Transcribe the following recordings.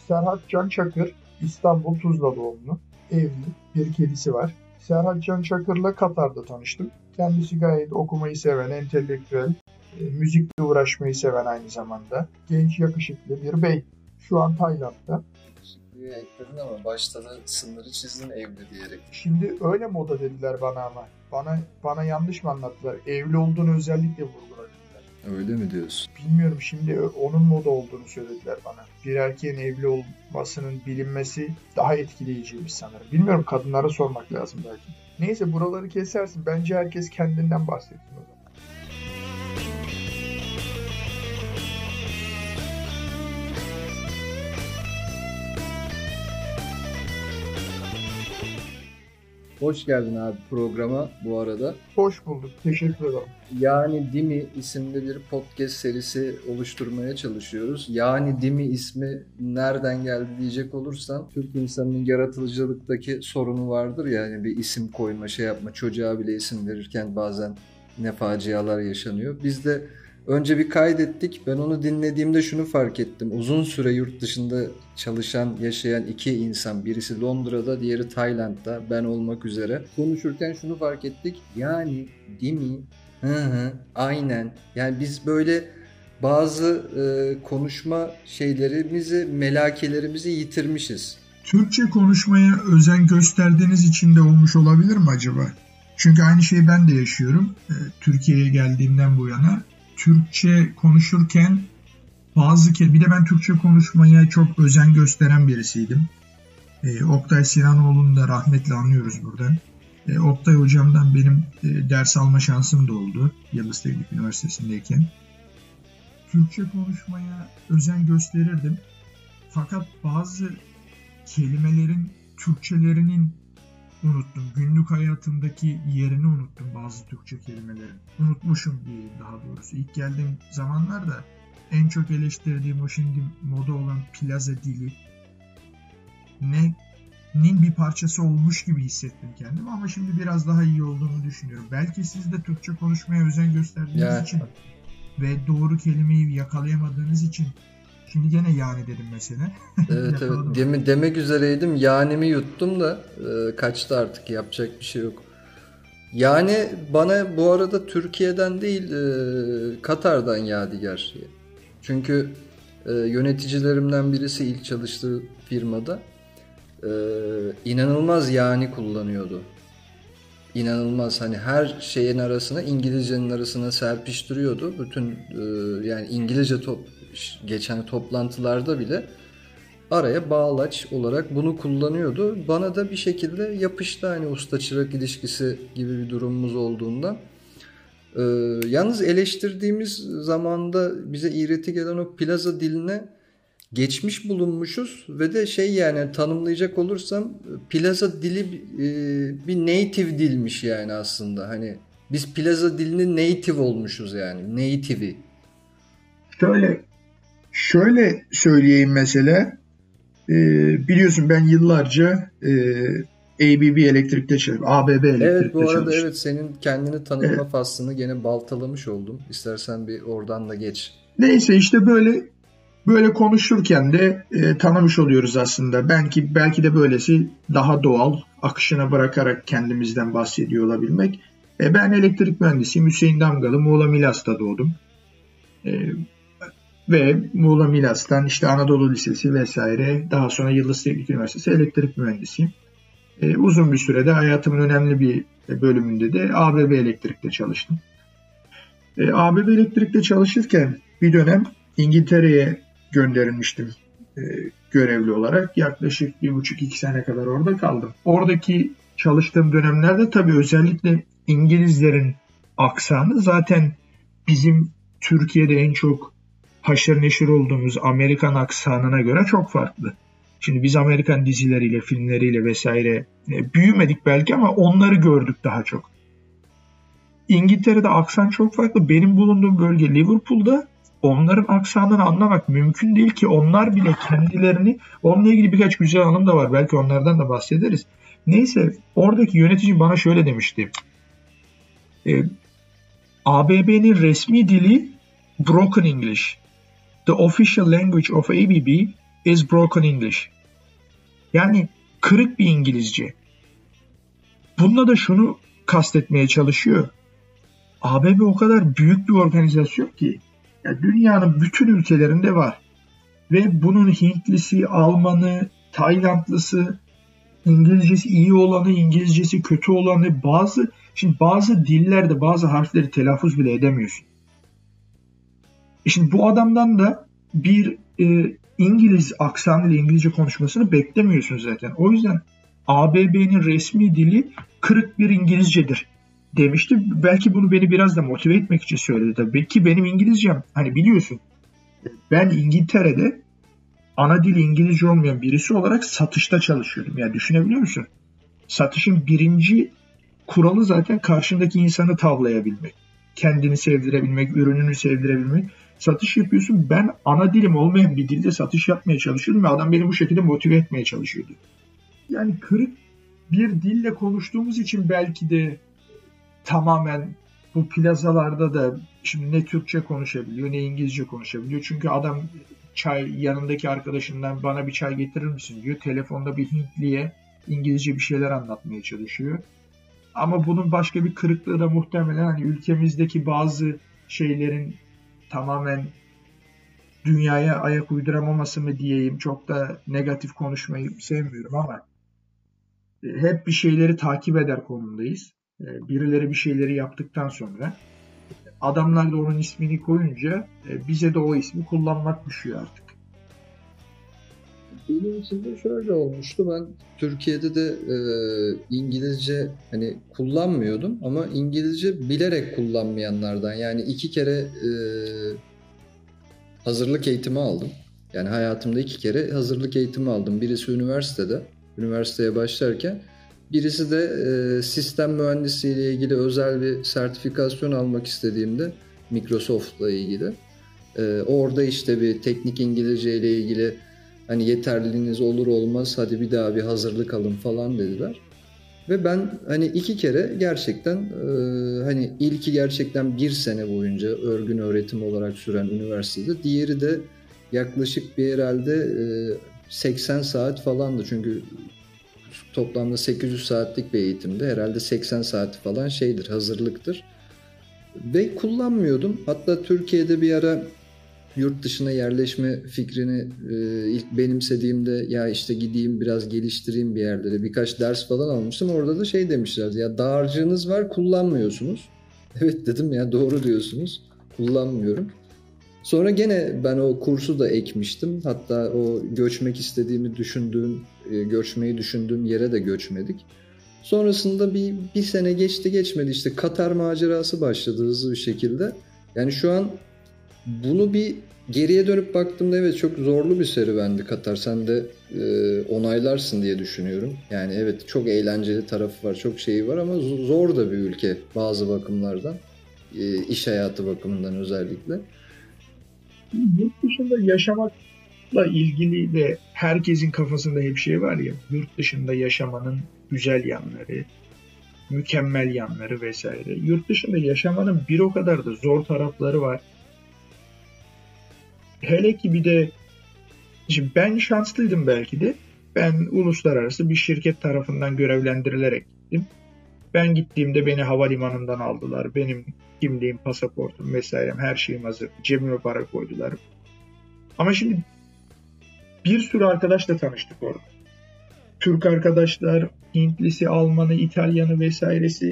Serhat Can Çakır İstanbul Tuzla doğumlu. Evli. Bir kedisi var. Serhat Can Çakır'la Katar'da tanıştım. Kendisi gayet okumayı seven, entelektüel, müzikle uğraşmayı seven aynı zamanda. Genç, yakışıklı bir bey. Şu an Tayland'da. Yakışıklıyı ekledin ama başta da sınırı çizdin evli diyerek. Şimdi öyle moda dediler bana ama. Bana yanlış mı anlattılar? Evli olduğunu özellikle vurguladılar. Öyle mi diyorsun? Bilmiyorum, şimdi onun moda olduğunu söylediler bana. Bir erkeğin evli olmasının bilinmesi daha etkileyiciymiş sanırım. Bilmiyorum, kadınlara sormak lazım belki. Neyse, buraları kesersin. Bence herkes kendinden bahsetsin o zaman. Hoş geldin abi programa bu arada. Hoş bulduk. Teşekkür ederim. Yani Dimi isimli bir podcast serisi oluşturmaya çalışıyoruz. Yani Dimi ismi nereden geldi diyecek olursan, Türk insanının yaratıcılıktaki sorunu vardır ya, yani bir isim koyma, şey yapma, çocuğa bile isim verirken bazen ne facialar yaşanıyor. Biz de önce bir kaydettik. Ben onu dinlediğimde şunu fark ettim. Uzun süre yurt dışında çalışan, yaşayan iki insan. Birisi Londra'da, diğeri Tayland'da. Ben olmak üzere. Konuşurken şunu fark ettik. Yani değil mi? Aynen. Yani biz böyle bazı konuşma şeylerimizi, melakelerimizi yitirmişiz. Türkçe konuşmaya özen gösterdiğiniz için de olmuş olabilir mi acaba? Çünkü aynı şeyi ben de yaşıyorum. Türkiye'ye geldiğimden bu yana. Türkçe konuşurken bir de ben Türkçe konuşmaya çok özen gösteren birisiydim. Oktay Sinanoğlu'nu da rahmetle anıyoruz buradan. Oktay hocamdan benim ders alma şansım da oldu Yıldız Teknik Üniversitesi'ndeyken. Türkçe konuşmaya özen gösterirdim. Fakat bazı kelimelerin Türkçelerinin unuttum. Günlük hayatımdaki yerini unuttum bazı Türkçe kelimelerin. Unutmuşum diyeyim daha doğrusu. İlk geldiğim zamanlarda en çok eleştirdiğim o şimdi moda olan plaza dili nin bir parçası olmuş gibi hissettim kendimi ama şimdi biraz daha iyi olduğunu düşünüyorum. Belki siz de Türkçe konuşmaya özen gösterdiğiniz için ve doğru kelimeyi yakalayamadığınız için şimdi gene yani dedim mesela. Evet evet. Demek üzereydim. Yanimi yuttum da kaçtı artık. Yapacak bir şey yok. Yani bana bu arada Türkiye'den değil Katar'dan yadigar. Çünkü yöneticilerimden birisi ilk çalıştığı firmada inanılmaz yani kullanıyordu. İnanılmaz, hani her şeyin arasına, İngilizcenin arasına serpiştiriyordu. Bütün yani İngilizce geçen toplantılarda bile araya bağlaç olarak bunu kullanıyordu. Bana da bir şekilde yapıştı, hani usta çırak ilişkisi gibi bir durumumuz olduğundan. Yalnız eleştirdiğimiz zamanda bize iğreti gelen o plaza diline geçmiş bulunmuşuz ve de yani tanımlayacak olursam plaza dili bir native dilmiş yani aslında. Hani biz plaza dilinin native olmuşuz yani. Native'i. Şöyle söyleyeyim mesela. Biliyorsun ben yıllarca ABB Elektrik'te çalıştım. ABB Elektrik'te çalıştım. Evet, bu arada evet, senin kendini tanıtma faslını gene baltalamış oldum. İstersen bir oradan da geç. Neyse işte böyle konuşurken de tanımış oluyoruz aslında. Belki de böylesi daha doğal, akışına bırakarak kendimizden bahsediyor olabilmek. Ben elektrik mühendisiyim. Hüseyin Damgalı, Muğla Milas'ta doğdum. Ve Muğla Milas'tan işte Anadolu Lisesi vesaire, daha sonra Yıldız Teknik Üniversitesi elektrik mühendisiyim. Uzun bir sürede hayatımın önemli bir bölümünde de ABB Elektrik'te çalıştım. ABB Elektrik'te çalışırken bir dönem İngiltere'ye gönderilmiştim görevli olarak. Yaklaşık 1,5-2 sene kadar orada kaldım. Oradaki çalıştığım dönemlerde tabii özellikle İngilizlerin aksanı zaten bizim Türkiye'de en çok haşır neşir olduğumuz Amerikan aksanına göre çok farklı. Şimdi biz Amerikan dizileriyle, filmleriyle vesaire büyümedik belki ama onları gördük daha çok. İngiltere'de aksan çok farklı. Benim bulunduğum bölge Liverpool'da. Onların aksanını anlamak mümkün değil ki onlar bile kendilerini, onunla ilgili birkaç güzel anım da var. Belki onlardan da bahsederiz. Neyse, oradaki yönetici bana şöyle demişti. ABB'nin resmi dili Broken English. The official language of ABB is broken English. Yani kırık bir İngilizce. Bununla da şunu kastetmeye çalışıyor. ABB o kadar büyük bir organizasyon ki yani dünyanın bütün ülkelerinde var. Ve bunun Hintlisi, Almanı, Taylandlısı, İngilizcesi iyi olanı, İngilizcesi kötü olanı, bazı dillerde bazı harfleri telaffuz bile edemiyorsun. Şimdi bu adamdan da bir İngiliz aksanıyla İngilizce konuşmasını beklemiyorsun zaten. O yüzden ABB'nin resmi dili kırık bir İngilizcedir demişti. Belki bunu beni biraz da motive etmek için söyledi tabii ki benim İngilizcem hani biliyorsun ben İngiltere'de ana dili İngilizce olmayan birisi olarak satışta çalışıyordum. Yani düşünebiliyor musun? Satışın birinci kuralı zaten karşındaki insanı tavlayabilmek. Kendini sevdirebilmek, ürününü sevdirebilmek. Satış yapıyorsun. Ben ana dilim olmayan bir dilde satış yapmaya çalışıyordum ve adam beni bu şekilde motive etmeye çalışıyordu. Yani kırık bir dille konuştuğumuz için belki de tamamen bu plazalarda da şimdi ne Türkçe konuşabiliyor ne İngilizce konuşabiliyor. Çünkü adam yanındaki arkadaşından bana bir çay getirir misin diyor. Telefonda bir Hintliye İngilizce bir şeyler anlatmaya çalışıyor. Ama bunun başka bir kırıklığı da muhtemelen hani ülkemizdeki bazı şeylerin tamamen dünyaya ayak uyduramaması mı diyeyim. Çok da negatif konuşmayı sevmiyorum ama hep bir şeyleri takip eder konumdayız. Birileri bir şeyleri yaptıktan sonra adamlar da onun ismini koyunca bize de o ismi kullanmak düşüyor artık. Benim için de şöyle olmuştu. Ben Türkiye'de de İngilizce hani kullanmıyordum ama İngilizce bilerek kullanmayanlardan. Yani 2 kere hazırlık eğitimi aldım. Yani hayatımda 2 kere hazırlık eğitimi aldım. Birisi üniversiteye başlarken. Birisi de sistem mühendisliği ile ilgili özel bir sertifikasyon almak istediğimde Microsoft'la ilgili. Orada işte bir teknik İngilizce ile ilgili hani yeterliliğiniz olur olmaz hadi bir daha bir hazırlık alın falan dediler. Ve ben hani 2 kere gerçekten hani ilki gerçekten 1 sene boyunca örgün öğretim olarak süren üniversitede, diğeri de yaklaşık bir herhalde 80 saat falandı. Çünkü toplamda 800 saatlik bir eğitimde herhalde 80 saati falan hazırlıktır. Ve kullanmıyordum. Hatta Türkiye'de bir ara yurt dışına yerleşme fikrini ilk benimsediğimde ya işte gideyim biraz geliştireyim bir yerde de birkaç ders falan almıştım. Orada da demişlerdi ya dağarcığınız var kullanmıyorsunuz. Evet dedim ya doğru diyorsunuz kullanmıyorum. Sonra gene ben o kursu da ekmiştim. Hatta o göçmeyi düşündüğüm yere de göçmedik. Sonrasında bir sene geçmedi işte Katar macerası başladı hızlı bir şekilde. Yani şu an bunu bir geriye dönüp baktığımda evet çok zorlu bir serüvendi Katar. Sen de onaylarsın diye düşünüyorum. Yani evet çok eğlenceli tarafı var, çok şeyi var ama zor da bir ülke bazı bakımlardan. İş hayatı bakımından özellikle. Yurt dışında yaşamakla ilgili de herkesin kafasında hep şey var ya, yurt dışında yaşamanın güzel yanları, mükemmel yanları vesaire. Yurt dışında yaşamanın bir o kadar da zor tarafları var. Hele ki bir de şimdi ben şanslıydım belki de. Ben uluslararası bir şirket tarafından görevlendirilerek gittim. Ben gittiğimde beni havalimanından aldılar. Benim kimliğim, pasaportum vesairem her şeyim hazır. Cebime para koydular. Ama şimdi bir sürü arkadaşla tanıştık orada. Türk arkadaşlar, Hintlisi, Almanı, İtalyanı vesairesi.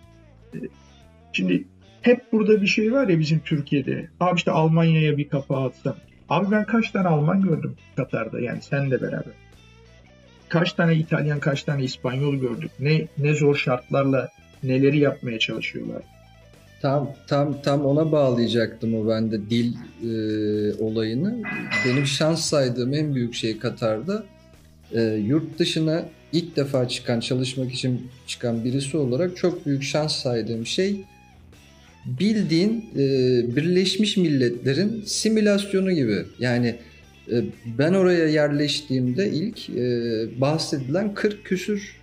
Şimdi hep burada bir şey var ya bizim Türkiye'de. Abi işte Almanya'ya bir kapağı atsam. Abi ben kaç tane Alman gördüm Katar'da yani seninle beraber. Kaç tane İtalyan, kaç tane İspanyol gördük. Ne zor şartlarla neleri yapmaya çalışıyorlar. Tam ona bağlayacaktım o ben de dil olayını. Benim şans saydığım en büyük şey Katar'da yurt dışına ilk defa çalışmak için çıkan birisi olarak çok büyük şans saydığım şey bildiğin Birleşmiş Milletler'in simülasyonu gibi. Yani ben oraya yerleştiğimde ilk bahsedilen 40 küsür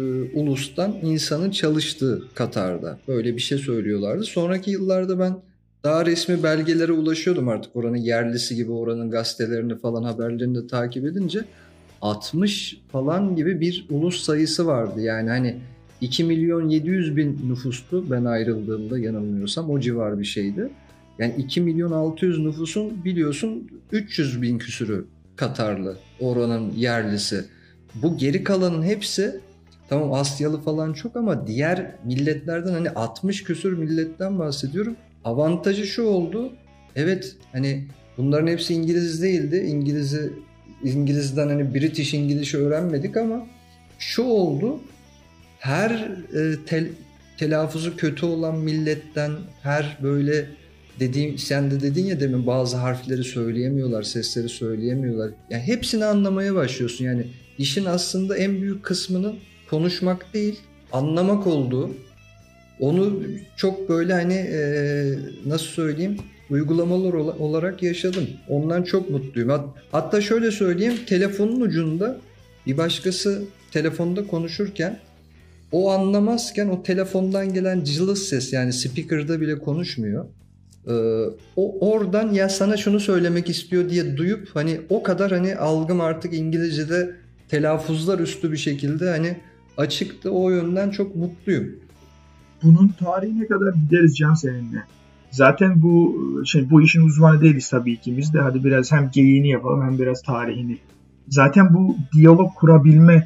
ulustan insanın çalıştığı Katar'da. Böyle bir şey söylüyorlardı. Sonraki yıllarda ben Daha resmi belgelere ulaşıyordum artık, oranın yerlisi gibi, oranın gazetelerini falan, haberlerini de takip edince 60 falan gibi bir ulus sayısı vardı. Yani hani 2 milyon 700 bin nüfustu ben ayrıldığımda, yanılmıyorsam o civar bir şeydi. Yani 2 milyon 600 nüfusun biliyorsun 300 bin küsürü Katarlı, oranın yerlisi. Bu geri kalanın hepsi, tamam Asyalı falan çok ama diğer milletlerden, hani 60 küsür milletten bahsediyorum. Avantajı şu oldu. Evet, hani bunların hepsi İngiliz değildi. İngiliz'den hani British İngilizce öğrenmedik ama şu oldu. Her telaffuzu kötü olan milletten, her böyle dediğim, sen de dedin ya demin, bazı harfleri söyleyemiyorlar, sesleri söyleyemiyorlar. Yani hepsini anlamaya başlıyorsun. Yani işin aslında en büyük kısmının konuşmak değil, anlamak olduğu. Onu çok böyle hani nasıl söyleyeyim, uygulamalar olarak yaşadım. Ondan çok mutluyum. Hatta şöyle söyleyeyim, telefonun ucunda bir başkası telefonda konuşurken, o anlamazken o telefondan gelen cılız ses, yani speaker'da bile konuşmuyor. Ee, O oradan ya sana şunu söylemek istiyor diye duyup, hani o kadar hani algım artık İngilizce'de telaffuzlar üstü bir şekilde hani açıktı. O yönden çok mutluyum. Bunun tarihine kadar gideriz Can seninle. Zaten bu işin uzmanı değiliz tabii ikimiz de. Hadi biraz hem geyiğini yapalım hem biraz tarihini. Zaten bu diyalog kurabilme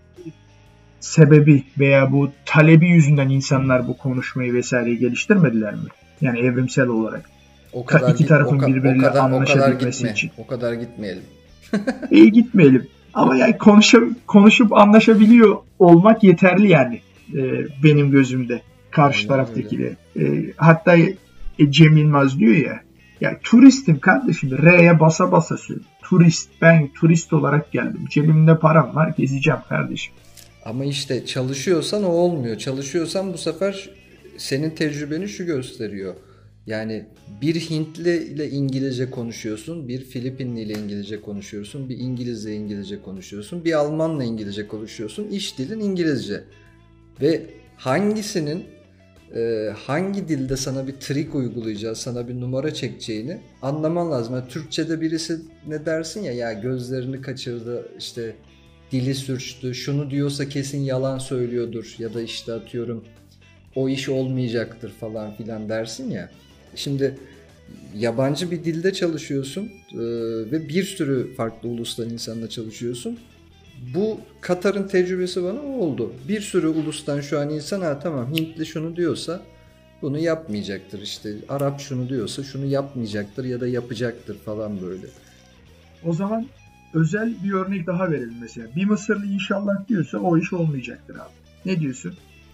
sebebi veya bu talebi yüzünden insanlar bu konuşmayı vesaire geliştirmediler mi? Yani evrimsel olarak. O kadar İki tarafın birbiriyle anlaşabilmesi için. O kadar gitmeyelim. İyi gitmeyelim. Ama yani konuşup anlaşabiliyor olmak yeterli yani benim gözümde. Karşı taraftakileri. Hatta Cem Yılmaz diyor ya turistim kardeşim, R'ye basa basa söylüyor. Ben turist olarak geldim. Cebimde param var, gezeceğim kardeşim. Ama işte çalışıyorsan o olmuyor. Çalışıyorsan bu sefer senin tecrübeni şu gösteriyor. Yani bir Hintli ile İngilizce konuşuyorsun, bir Filipinli ile İngilizce konuşuyorsun, bir İngilizle İngilizce konuşuyorsun, bir Almanla İngilizce konuşuyorsun. İş dilin İngilizce. Ve hangisinin hangi dilde sana bir trik uygulayacağız, sana bir numara çekeceğini anlaman lazım. Yani Türkçe'de birisi ne dersin ya gözlerini kaçırdı, işte dili sürçtü, şunu diyorsa kesin yalan söylüyordur ya da işte atıyorum o iş olmayacaktır falan filan dersin ya. Şimdi yabancı bir dilde çalışıyorsun ve bir sürü farklı ulustan insanla çalışıyorsun. Bu Katar'ın tecrübesi bana oldu. Bir sürü ulustan şu an insan, tamam Hintli şunu diyorsa bunu yapmayacaktır, işte Arap şunu diyorsa şunu yapmayacaktır ya da yapacaktır falan böyle. O zaman özel bir örnek daha verelim mesela. Bir Mısırlı inşallah diyorsa o iş olmayacaktır abi. Ne diyorsun?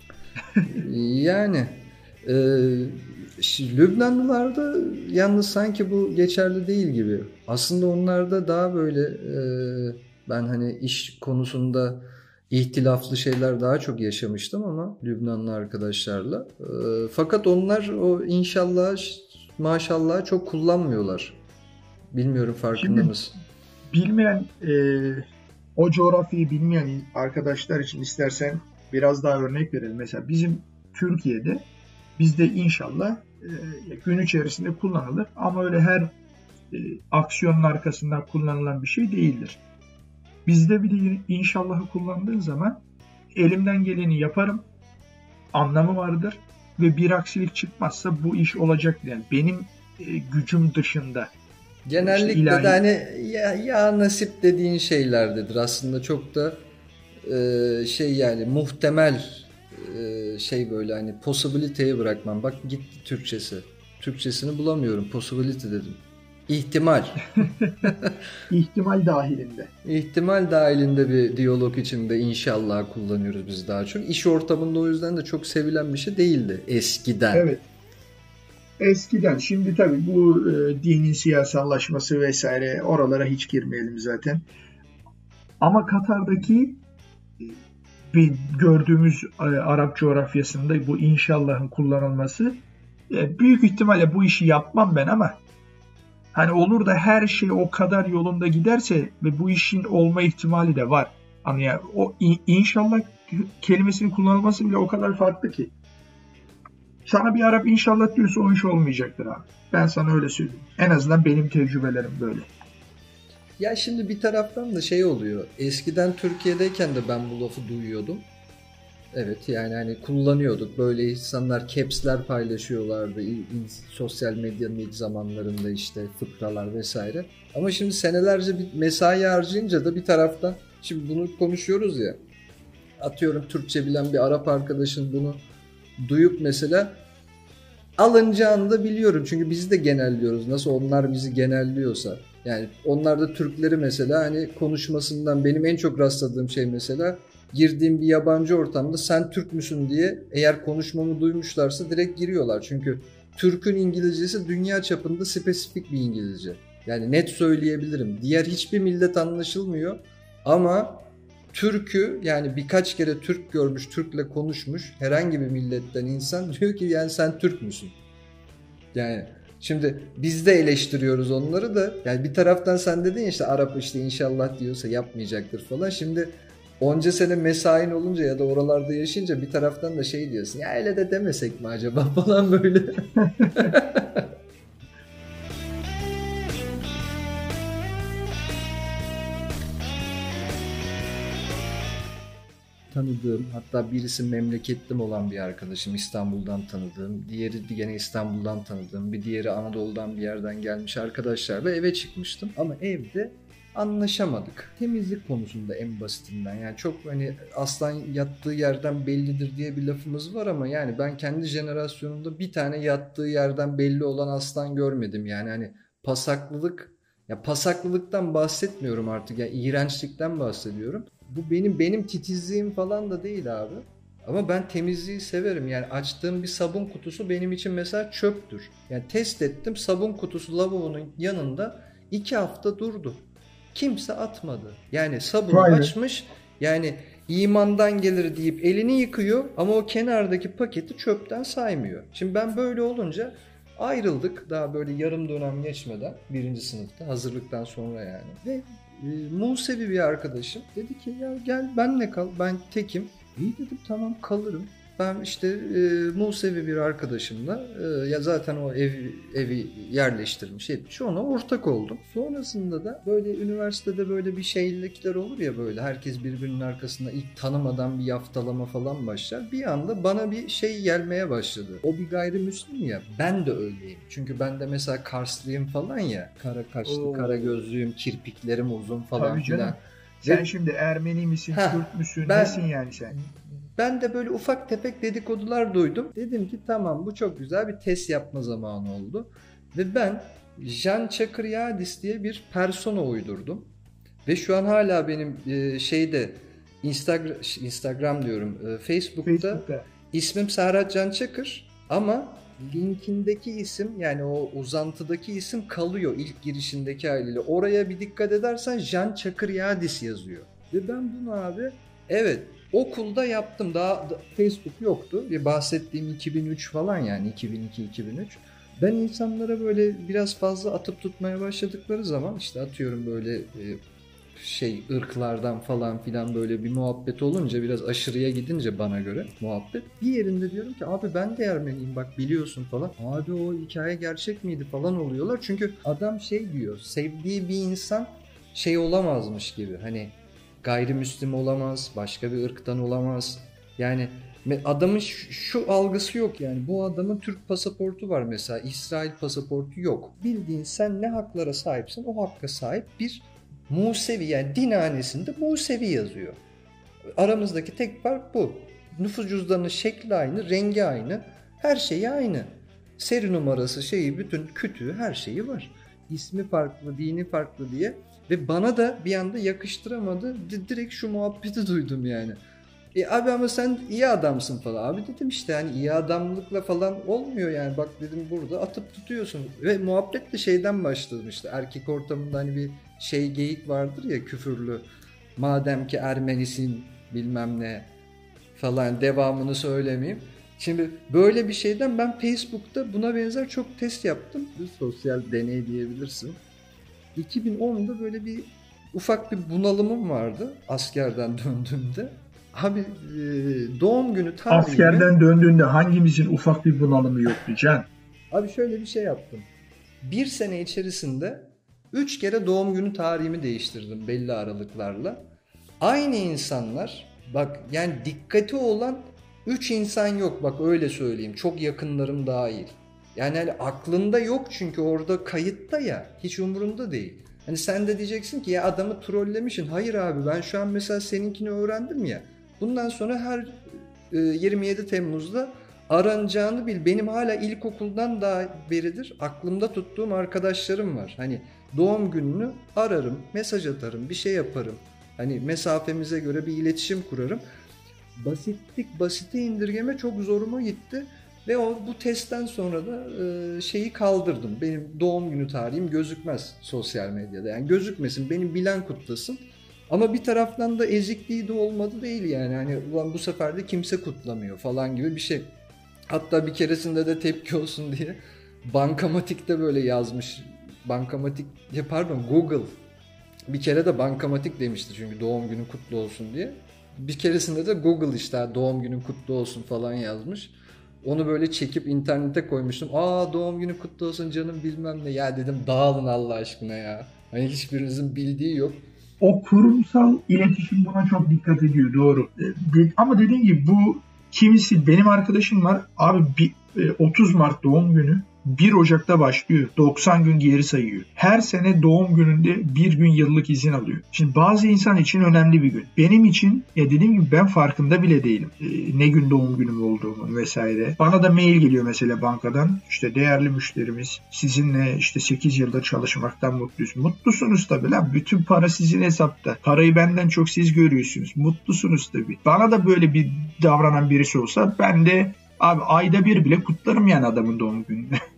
Yani Lübnanlılarda yalnız sanki bu geçerli değil gibi. Aslında onlarda daha böyle ben hani iş konusunda ihtilaflı şeyler daha çok yaşamıştım ama Lübnanlı arkadaşlarla. Fakat onlar o inşallah maşallah çok kullanmıyorlar. Bilmiyorum, farkında mısın? Bilmeyen o coğrafyayı bilmeyen arkadaşlar için istersen biraz daha örnek verelim. Mesela bizim Türkiye'de bizde inşallah gün içerisinde kullanılır ama öyle her aksiyonun arkasından kullanılan bir şey değildir. Bizde bir de inşallahı kullandığın zaman elimden geleni yaparım anlamı vardır ve bir aksilik çıkmazsa bu iş olacak, yani benim gücüm dışında. Genellikle işte de hani ya nasip dediğin şeylerdedir. Aslında çok da yani muhtemel böyle hani possibility'ye bırakmam. Bak gitti Türkçesi. Türkçesini bulamıyorum. Possibility dedim. İhtimal. İhtimal dahilinde. İhtimal dahilinde bir diyalog içinde inşallah kullanıyoruz biz daha çok. İş ortamında o yüzden de çok sevilen bir şey değildi eskiden. Evet. Eskiden. Şimdi tabii bu dinin siyasallaşması vesaire, oralara hiç girmeyelim zaten. Ama Katar'daki gördüğümüz Arap coğrafyasında bu inşallahın kullanılması, büyük ihtimalle bu işi yapmam ben ama hani olur da her şey o kadar yolunda giderse ve bu işin olma ihtimali de var. Hani yani o inşallah kelimesinin kullanılması bile o kadar farklı ki. sana bir Arap inşallah diyorsa o iş olmayacaktır abi. Ben sana öyle söyleyeyim. En azından benim tecrübelerim böyle. Ya şimdi bir taraftan da şey oluyor. Eskiden Türkiye'deyken de ben bu lafı duyuyordum. Evet, yani hani kullanıyorduk. Böyle insanlar caps'ler paylaşıyorlardı. Sosyal medyanın ilk zamanlarında işte fıkralar vesaire. Ama şimdi senelerce bir mesai harcayınca da bir taraftan, şimdi bunu konuşuyoruz ya. Atıyorum Türkçe bilen bir Arap arkadaşın bunu duyup mesela alınacağını da biliyorum. Çünkü biz de genelliyoruz. Nasıl onlar bizi genelliyorsa. Yani onlar da Türkleri mesela hani konuşmasından benim en çok rastladığım şey mesela girdiğim bir yabancı ortamda sen Türk müsün diye eğer konuşmamı duymuşlarsa direkt giriyorlar. Çünkü Türk'ün İngilizcesi dünya çapında spesifik bir İngilizce. Yani net söyleyebilirim. Diğer hiçbir millet anlaşılmıyor ama Türk'ü, yani birkaç kere Türk görmüş, Türk'le konuşmuş herhangi bir milletten insan diyor ki yani sen Türk müsün? Yani şimdi biz de eleştiriyoruz onları da. Yani bir taraftan sen dedin ya işte Arap işte inşallah diyorsa yapmayacaktır falan. Şimdi onca sene mesain olunca ya da oralarda yaşayınca bir taraftan da şey diyorsun. Ya öyle de demesek mi acaba falan böyle. Tanıdığım, hatta birisi memleketlim olan bir arkadaşım, İstanbul'dan tanıdığım, diğeri gene İstanbul'dan tanıdığım, bir diğeri Anadolu'dan bir yerden gelmiş arkadaşlarla eve çıkmıştım. Ama evde anlaşamadık. Temizlik konusunda en basitinden. Yani çok hani aslan yattığı yerden bellidir diye bir lafımız var ama yani ben kendi jenerasyonumda bir tane yattığı yerden belli olan aslan görmedim. Yani hani pasaklılık, ya pasaklılıktan bahsetmiyorum artık, ya iğrençlikten bahsediyorum. Bu benim titizliğim falan da değil abi. Ama ben temizliği severim. Yani açtığım bir sabun kutusu benim için mesela çöptür. Yani test ettim, sabun kutusu lavabonun yanında 2 hafta durdu. Kimse atmadı. Yani sabunu Vay be. açmış, yani imandan gelir deyip elini yıkıyor ama o kenardaki paketi çöpten saymıyor. Şimdi ben böyle olunca ayrıldık daha böyle yarım dönem geçmeden, birinci sınıfta hazırlıktan sonra yani. Ve Musevi bir arkadaşım dedi ki ya gel benle kal, ben tekim. İyi dedim, tamam kalırım. Ben işte Musevi bir arkadaşımla ya zaten o evi yerleştirmiş etmiş, ona ortak oldum. Sonrasında da böyle üniversitede böyle bir şeylikler olur ya, böyle herkes birbirinin arkasında ilk tanımadan bir yaftalama falan başlar. Bir anda bana bir şey gelmeye başladı. O bir gayrimüslim ya, ben de öyleyim. Çünkü ben de mesela Karslıyım falan ya. Kara kaşlı, Oo. kara gözlüyüm, kirpiklerim uzun falan Tabii canım. filan. Sen Ve şimdi Ermeni misin, Kürt müsün, ben nesin yani sen? ben de böyle ufak tefek dedikodular duydum. Dedim ki tamam, bu çok güzel bir test yapma zamanı oldu. Ve ben Jan Çakıryadis diye bir persona uydurdum. Ve şu an hala benim şeyde Instagram diyorum, Facebook'ta Facebook'ta. ismim Serhat Can Çakır ama linkindeki isim, yani o uzantıdaki isim kalıyor ilk girişindeki haliyle. Oraya bir dikkat edersen Jan Çakıryadis yazıyor. Ve ben bunu abi, evet, okulda yaptım. Daha Facebook yoktu. Bir bahsettiğim 2003 falan, yani 2002-2003. Ben insanlara böyle biraz fazla atıp tutmaya başladıkları zaman işte atıyorum böyle ırklardan falan filan böyle bir muhabbet olunca, biraz aşırıya gidince bana göre muhabbet. Bir yerinde diyorum ki abi ben de Ermeniyim bak biliyorsun falan. Abi o hikaye gerçek miydi falan oluyorlar. Çünkü adam şey diyor, sevdiği bir insan şey olamazmış gibi, hani gayrimüslim olamaz, başka bir ırktan olamaz. Yani adamın şu algısı yok, yani bu adamın Türk pasaportu var mesela, İsrail pasaportu yok. Bildiğin sen ne haklara sahipsin o hakka sahip bir Musevi, yani din hanesinde Musevi yazıyor. Aramızdaki tek fark bu. Nüfus cüzdanının şekli aynı, rengi aynı, her şeyi aynı. Seri numarası, şeyi, bütün kütüğü, her şeyi var. İsmi farklı, dini farklı diye. Ve bana da bir anda yakıştıramadı. Direkt şu muhabbeti duydum yani. Abi ama sen iyi adamsın falan. Abi dedim işte hani iyi adamlıkla falan olmuyor yani. Bak dedim burada atıp tutuyorsun. Ve muhabbet de şeyden başlamıştı. Erkek ortamında hani bir şey geyik vardır ya, küfürlü. Madem ki Ermenisin bilmem ne falan, devamını söylemeyeyim. Şimdi böyle bir şeyden ben Facebook'ta buna benzer çok test yaptım. Bir sosyal deney diyebilirsin. 2010'da böyle bir ufak bir bunalımım vardı askerden döndüğümde. Abi doğum günü tarihimi... Askerden döndüğünde hangimizin ufak bir bunalımı yoktu Can? Abi şöyle bir şey yaptım. Bir sene içerisinde 3 kere doğum günü tarihimi değiştirdim belli aralıklarla. Aynı insanlar, bak yani dikkati olan 3 insan yok, bak öyle söyleyeyim. Çok yakınlarım dahil. Yani hani aklında yok çünkü orada kayıtta ya, hiç umurunda değil. Hani sen de diyeceksin ki ya adamı trollemişsin. Hayır abi, ben şu an mesela seninkini öğrendim ya. Bundan sonra her 27 Temmuz'da aranacağını bil. Benim hala ilkokuldan daha beridir aklımda tuttuğum arkadaşlarım var. Hani doğum gününü ararım, mesaj atarım, bir şey yaparım. Hani mesafemize göre bir iletişim kurarım. Basite indirgeme çok zoruma gitti. Ve bu testten sonra da şeyi kaldırdım. Benim doğum günü tarihim gözükmez sosyal medyada. Yani gözükmesin, beni bilen kutlasın. Ama bir taraftan da ezikliği de olmadı değil yani. Hani ulan bu sefer de kimse kutlamıyor falan gibi bir şey. Hatta bir keresinde de tepki olsun diye Bankamatik'te böyle yazmış. Google. Bir kere de Bankamatik demişti çünkü doğum günün kutlu olsun diye. Bir keresinde de Google işte doğum günün kutlu olsun falan yazmış. Onu böyle çekip internete koymuştum. Doğum günü kutlu olsun canım bilmem ne. Ya dedim dağılın Allah aşkına ya. Hani hiçbirinizin bildiği yok. O kurumsal iletişim buna çok dikkat ediyor, doğru. Ama dediğim gibi bu kimisi, benim arkadaşım var abi 30 Mart doğum günü, 1 Ocak'ta başlıyor. 90 gün geri sayıyor. Her sene doğum gününde bir gün yıllık izin alıyor. Şimdi bazı insan için önemli bir gün. Benim için ya dediğim gibi ben farkında bile değilim. Ne gün doğum günüm olduğunu vesaire. Bana da mail geliyor mesela bankadan. İşte değerli müşterimiz, sizinle işte 8 yılda çalışmaktan mutluyuz. Mutlusunuz tabii lan. Bütün para sizin hesapta. Parayı benden çok siz görüyorsunuz. Mutlusunuz tabii. Bana da böyle bir davranan birisi olsa ben de abi ayda bir bile kutlarım yani adamın doğum gününü.